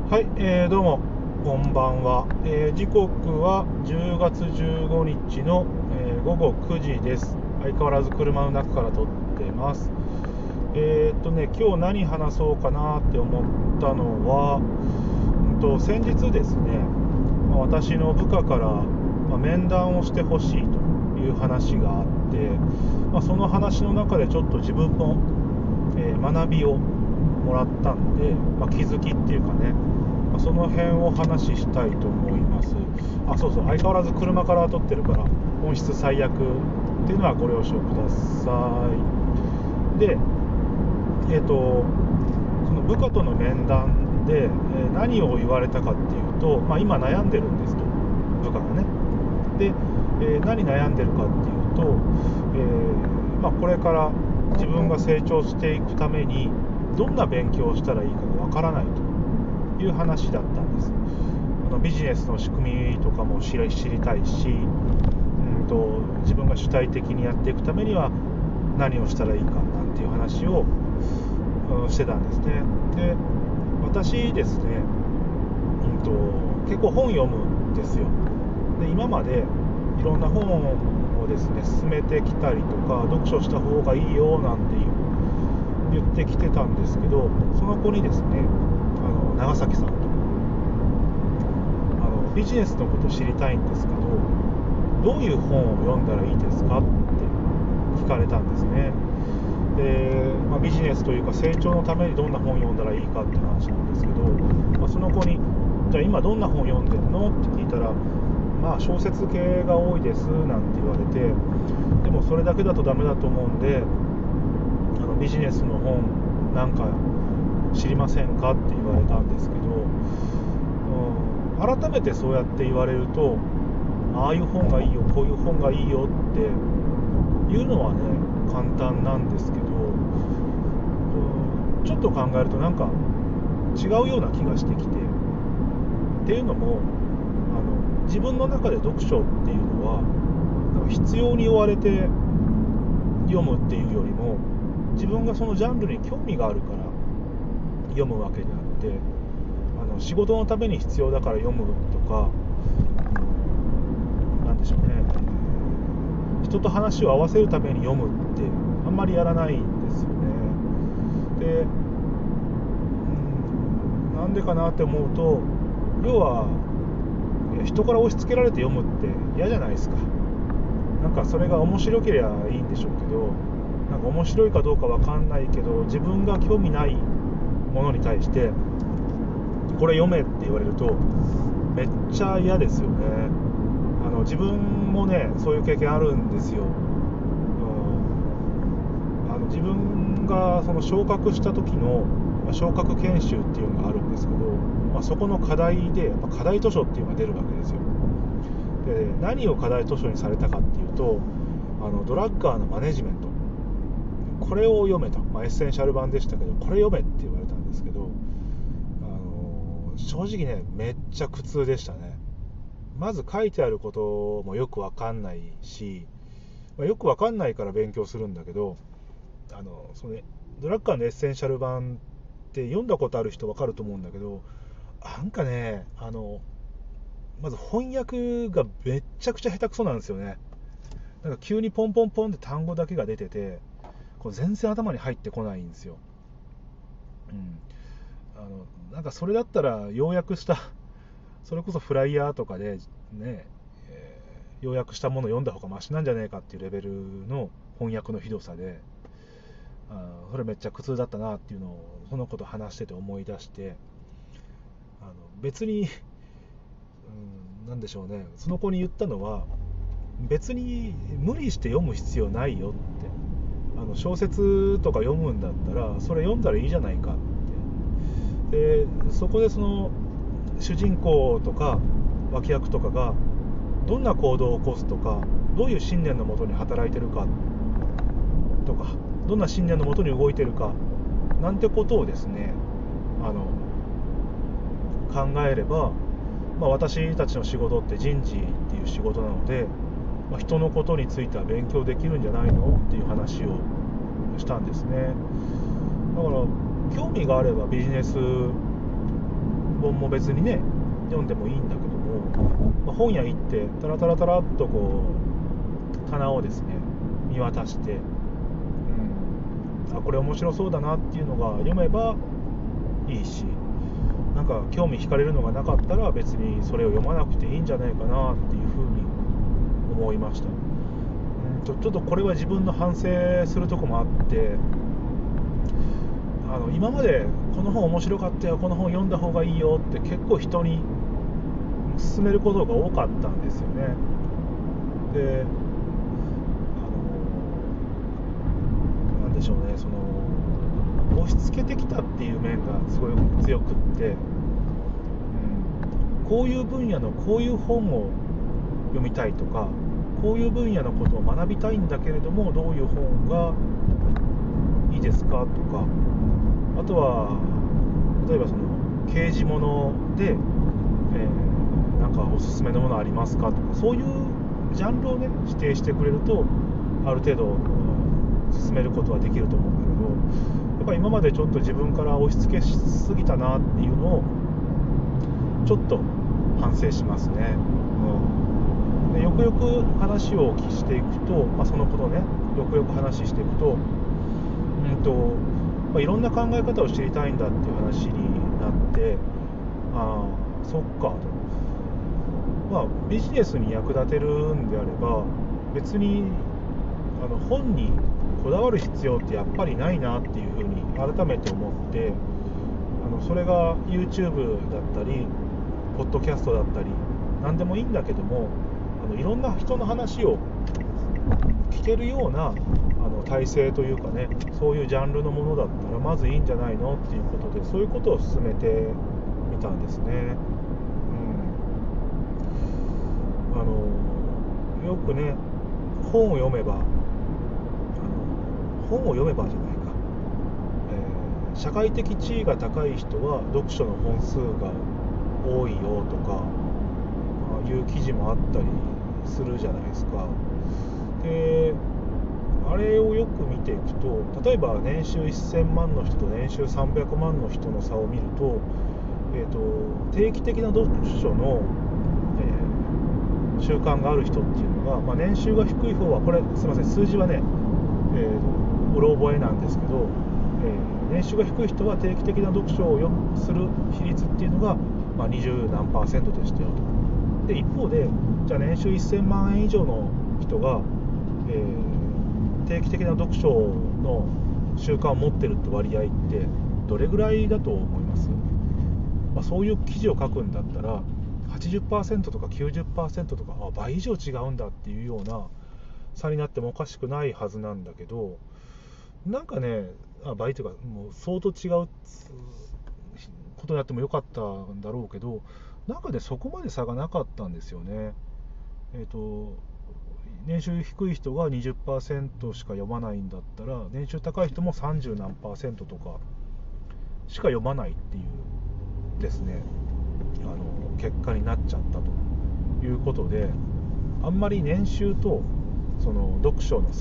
はい、どうも、こんばんは。時刻は10月15日の、午後9時です。相変わらず車の中から撮ってます。今日何話そうかなって思ったのは、先日ですね、私の部下から、面談をしてほしいという話があって、その話の中でちょっと自分の、学びをもらったんで、気づきっていうかね、その辺を話したいと思います。そうそう、相変わらず車から撮ってるから音質最悪っていうのはご了承ください。で、その部下との面談で、何を言われたかっていうと、今悩んでるんですと、部下がね。で、何悩んでるかっていうと、これから自分が成長していくためにどんな勉強をしたらいいかがわからないという話だったんです。ビジネスの仕組みとかも知りたいし、自分が主体的にやっていくためには何をしたらいいかなんていう話を、してたんですね。で、私ですね、結構本読むんですよ。で、今までいろんな本をですね進めてきたりとか、読書した方がいいよなんていう言ってきてたんですけど、その子にですね、長崎さんとビジネスのことを知りたいんですけど、どういう本を読んだらいいですかって聞かれたんですね。で、ビジネスというか成長のためにどんな本を読んだらいいかっていう話なんですけど、その子にじゃあ今どんな本読んでるのって聞いたら、小説系が多いですなんて言われて、でもそれだけだとダメだと思うんで、ビジネスの本なんか知りませんかって言われたんですけど、改めてそうやって言われると、ああいう本がいいよ、こういう本がいいよって言うのはね簡単なんですけど、ちょっと考えるとなんか違うような気がしてきて、っていうのも自分の中で読書っていうのはなんか必要に追われて読むっていうよりも、自分がそのジャンルに興味があるから読むわけであって、仕事のために必要だから読むとか、なんでしょうね、人と話を合わせるために読むってあんまりやらないんですよね。で、なんでかなって思うと、要は人から押し付けられて読むって嫌じゃないですか。なんかそれが面白ければいいんでしょうけど、なんか面白いかどうかわかんないけど、自分が興味ないものに対してこれ読めって言われるとめっちゃ嫌ですよね。自分もねそういう経験あるんですよ。自分がその昇格した時の、昇格研修っていうのがあるんですけど、そこの課題でやっぱ課題図書っていうのが出るわけですよ。で、何を課題図書にされたかっていうと、ドラッガーのマネジメント、これを読めと、エッセンシャル版でしたけど、これ読めって言われたんですけど、正直ねめっちゃ苦痛でしたね。まず書いてあることもよくわかんないし、よくわかんないから勉強するんだけど、そのドラッカーのエッセンシャル版って読んだことある人わかると思うんだけど、なんかね、まず翻訳がめっちゃくちゃ下手くそなんですよね。なんか急にポンポンポンって単語だけが出てて、これ全然頭に入ってこないんですよ。うん、なんかそれだったら要約した、それこそフライヤーとかでね、要約したものを読んだ方がマシなんじゃねえかっていうレベルの翻訳のひどさで、それめっちゃ苦痛だったなっていうのをその子と話してて思い出して、別に、なんでしょうね、その子に言ったのは、別に無理して読む必要ないよって、小説とか読むんだったらそれ読んだらいいじゃないかって。でそこでその主人公とか脇役とかがどんな行動を起こすとか、どういう信念のもとに働いてるかとか、どんな信念のもとに動いてるかなんてことをですね、あの考えれば、私たちの仕事って人事っていう仕事なので、人のことについては勉強できるんじゃないのっていう話をしたんですね。だから興味があればビジネスを本も別にね読んでもいいんだけども、本屋行ってタラタラタラっとこう棚をですね見渡して、これ面白そうだなっていうのが読めばいいし、なんか興味惹かれるのがなかったら別にそれを読まなくていいんじゃないかなっていうふうに思いました。ちょっとこれは自分の反省するとこもあって、今までこの本面白かったよ、この本読んだ方がいいよって結構人に勧めることが多かったんですよね。で、なんでしょうね、その押し付けてきたっていう面がすごい強くって、こういう分野のこういう本を読みたいとか、こういう分野のことを学びたいんだけれどもどういう本がいいですかとか、あとは例えばその刑事物で、なんかおすすめのものありますかとか、そういうジャンルをね指定してくれるとある程度進めることはできると思うんだけど、やっぱり今までちょっと自分から押し付けしすぎたなっていうのをちょっと反省しますね。でよくよく話をしていくと、そのことねよくよく話していくと、いろんな考え方を知りたいんだっていう話になって、そっかと、ビジネスに役立てるんであれば別に本にこだわる必要ってやっぱりないなっていうふうに改めて思って、それが YouTube だったりポッドキャストだったり何でもいいんだけども、いろんな人の話を聞けるような体制というかね、そういうジャンルのものだったらまずいいんじゃないのっていうことで、そういうことを進めてみたんですね。よくね本を読めばじゃないか、社会的地位が高い人は読書の本数が多いよとかいう記事もあったりするじゃないですか。であれをよく見ていくと、例えば年収1000万の人と年収300万の人の差を見ると、定期的な読書の、習慣がある人っていうのが、年収が低い方は、これすいません数字はね、うろ覚えなんですけど、年収が低い人は定期的な読書をする比率っていうのが、20何%でしたよと。で一方でじゃあ年収1000万円以上の人が、定期的な読書の習慣を持ってるって割合ってどれぐらいだと思います？そういう記事を書くんだったら 80% とか 90% とか倍以上違うんだっていうような差になってもおかしくないはずなんだけど、なんかね倍というかもう相当違うことになってもよかったんだろうけど、なんかねそこまで差がなかったんですよね。年収低い人が 20% しか読まないんだったら、年収高い人も30何%とかしか読まないっていうですね、結果になっちゃったということで、あんまり年収とその読書の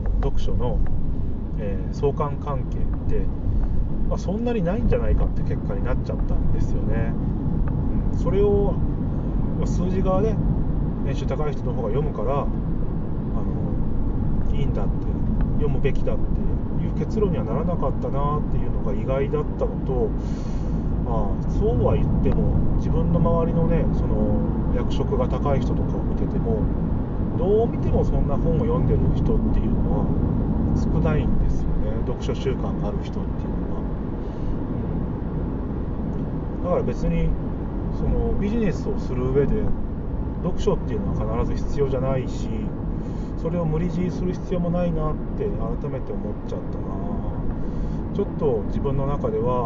相関関係って、そんなにないんじゃないかって結果になっちゃったんですよね。それを数字側で年収高い人の方が読むからいいんだって、読むべきだっていう結論にはならなかったなっていうのが意外だったのと、そうは言っても自分の周りのねその役職が高い人とかを見てても、どう見てもそんな本を読んでる人っていうのは少ないんですよね、読書習慣がある人っていうのは。だから別にそのビジネスをする上で読書っていうのは必ず必要じゃないし、それを無理強いする必要もないなって改めて思っちゃったな。ちょっと自分の中では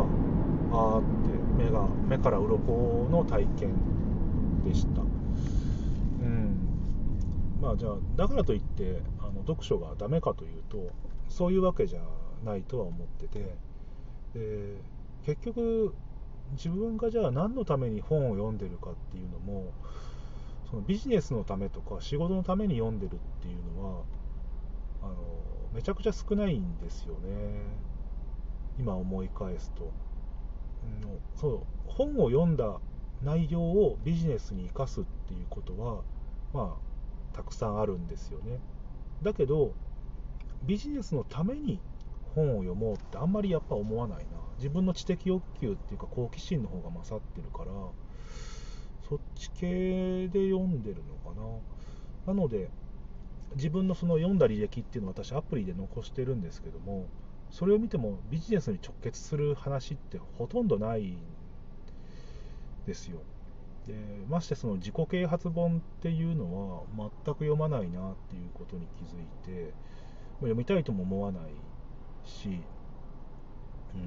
って目から鱗の体験でした。じゃあだからといって読書がダメかというとそういうわけじゃないとは思ってて、結局自分がじゃあ何のために本を読んでるかっていうのも、そのビジネスのためとか仕事のために読んでるっていうのはめちゃくちゃ少ないんですよね、今思い返すと。 そう本を読んだ内容をビジネスに生かすっていうことはまあたくさんあるんですよね。だけどビジネスのために本を読もうってあんまりやっぱ思わないな。自分の知的欲求っていうか好奇心の方が勝ってるから、そっち系で読んでるのかな。なので自分のその読んだ履歴っていうのを私アプリで残してるんですけども、それを見てもビジネスに直結する話ってほとんどないんですよ。でましてその自己啓発本っていうのは全く読まないなっていうことに気づいて、読みたいとも思わないし、うん、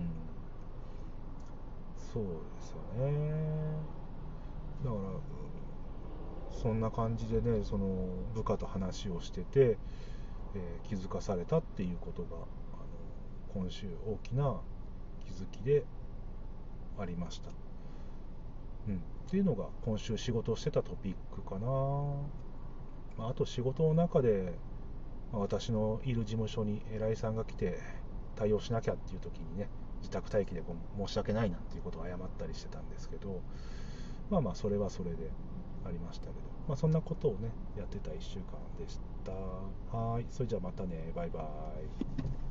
そうですよね。だからそんな感じでね、その部下と話をしてて、気づかされたっていうことが今週大きな気づきでありました。っていうのが今週仕事をしてたトピックかな。あと仕事の中で、私のいる事務所に偉いさんが来て対応しなきゃっていう時にね、自宅待機で申し訳ないなんていうことを謝ったりしてたんですけど、それはそれでありましたけど、そんなことをねやってた1週間でした。はい、それじゃあまたね、バイバイ。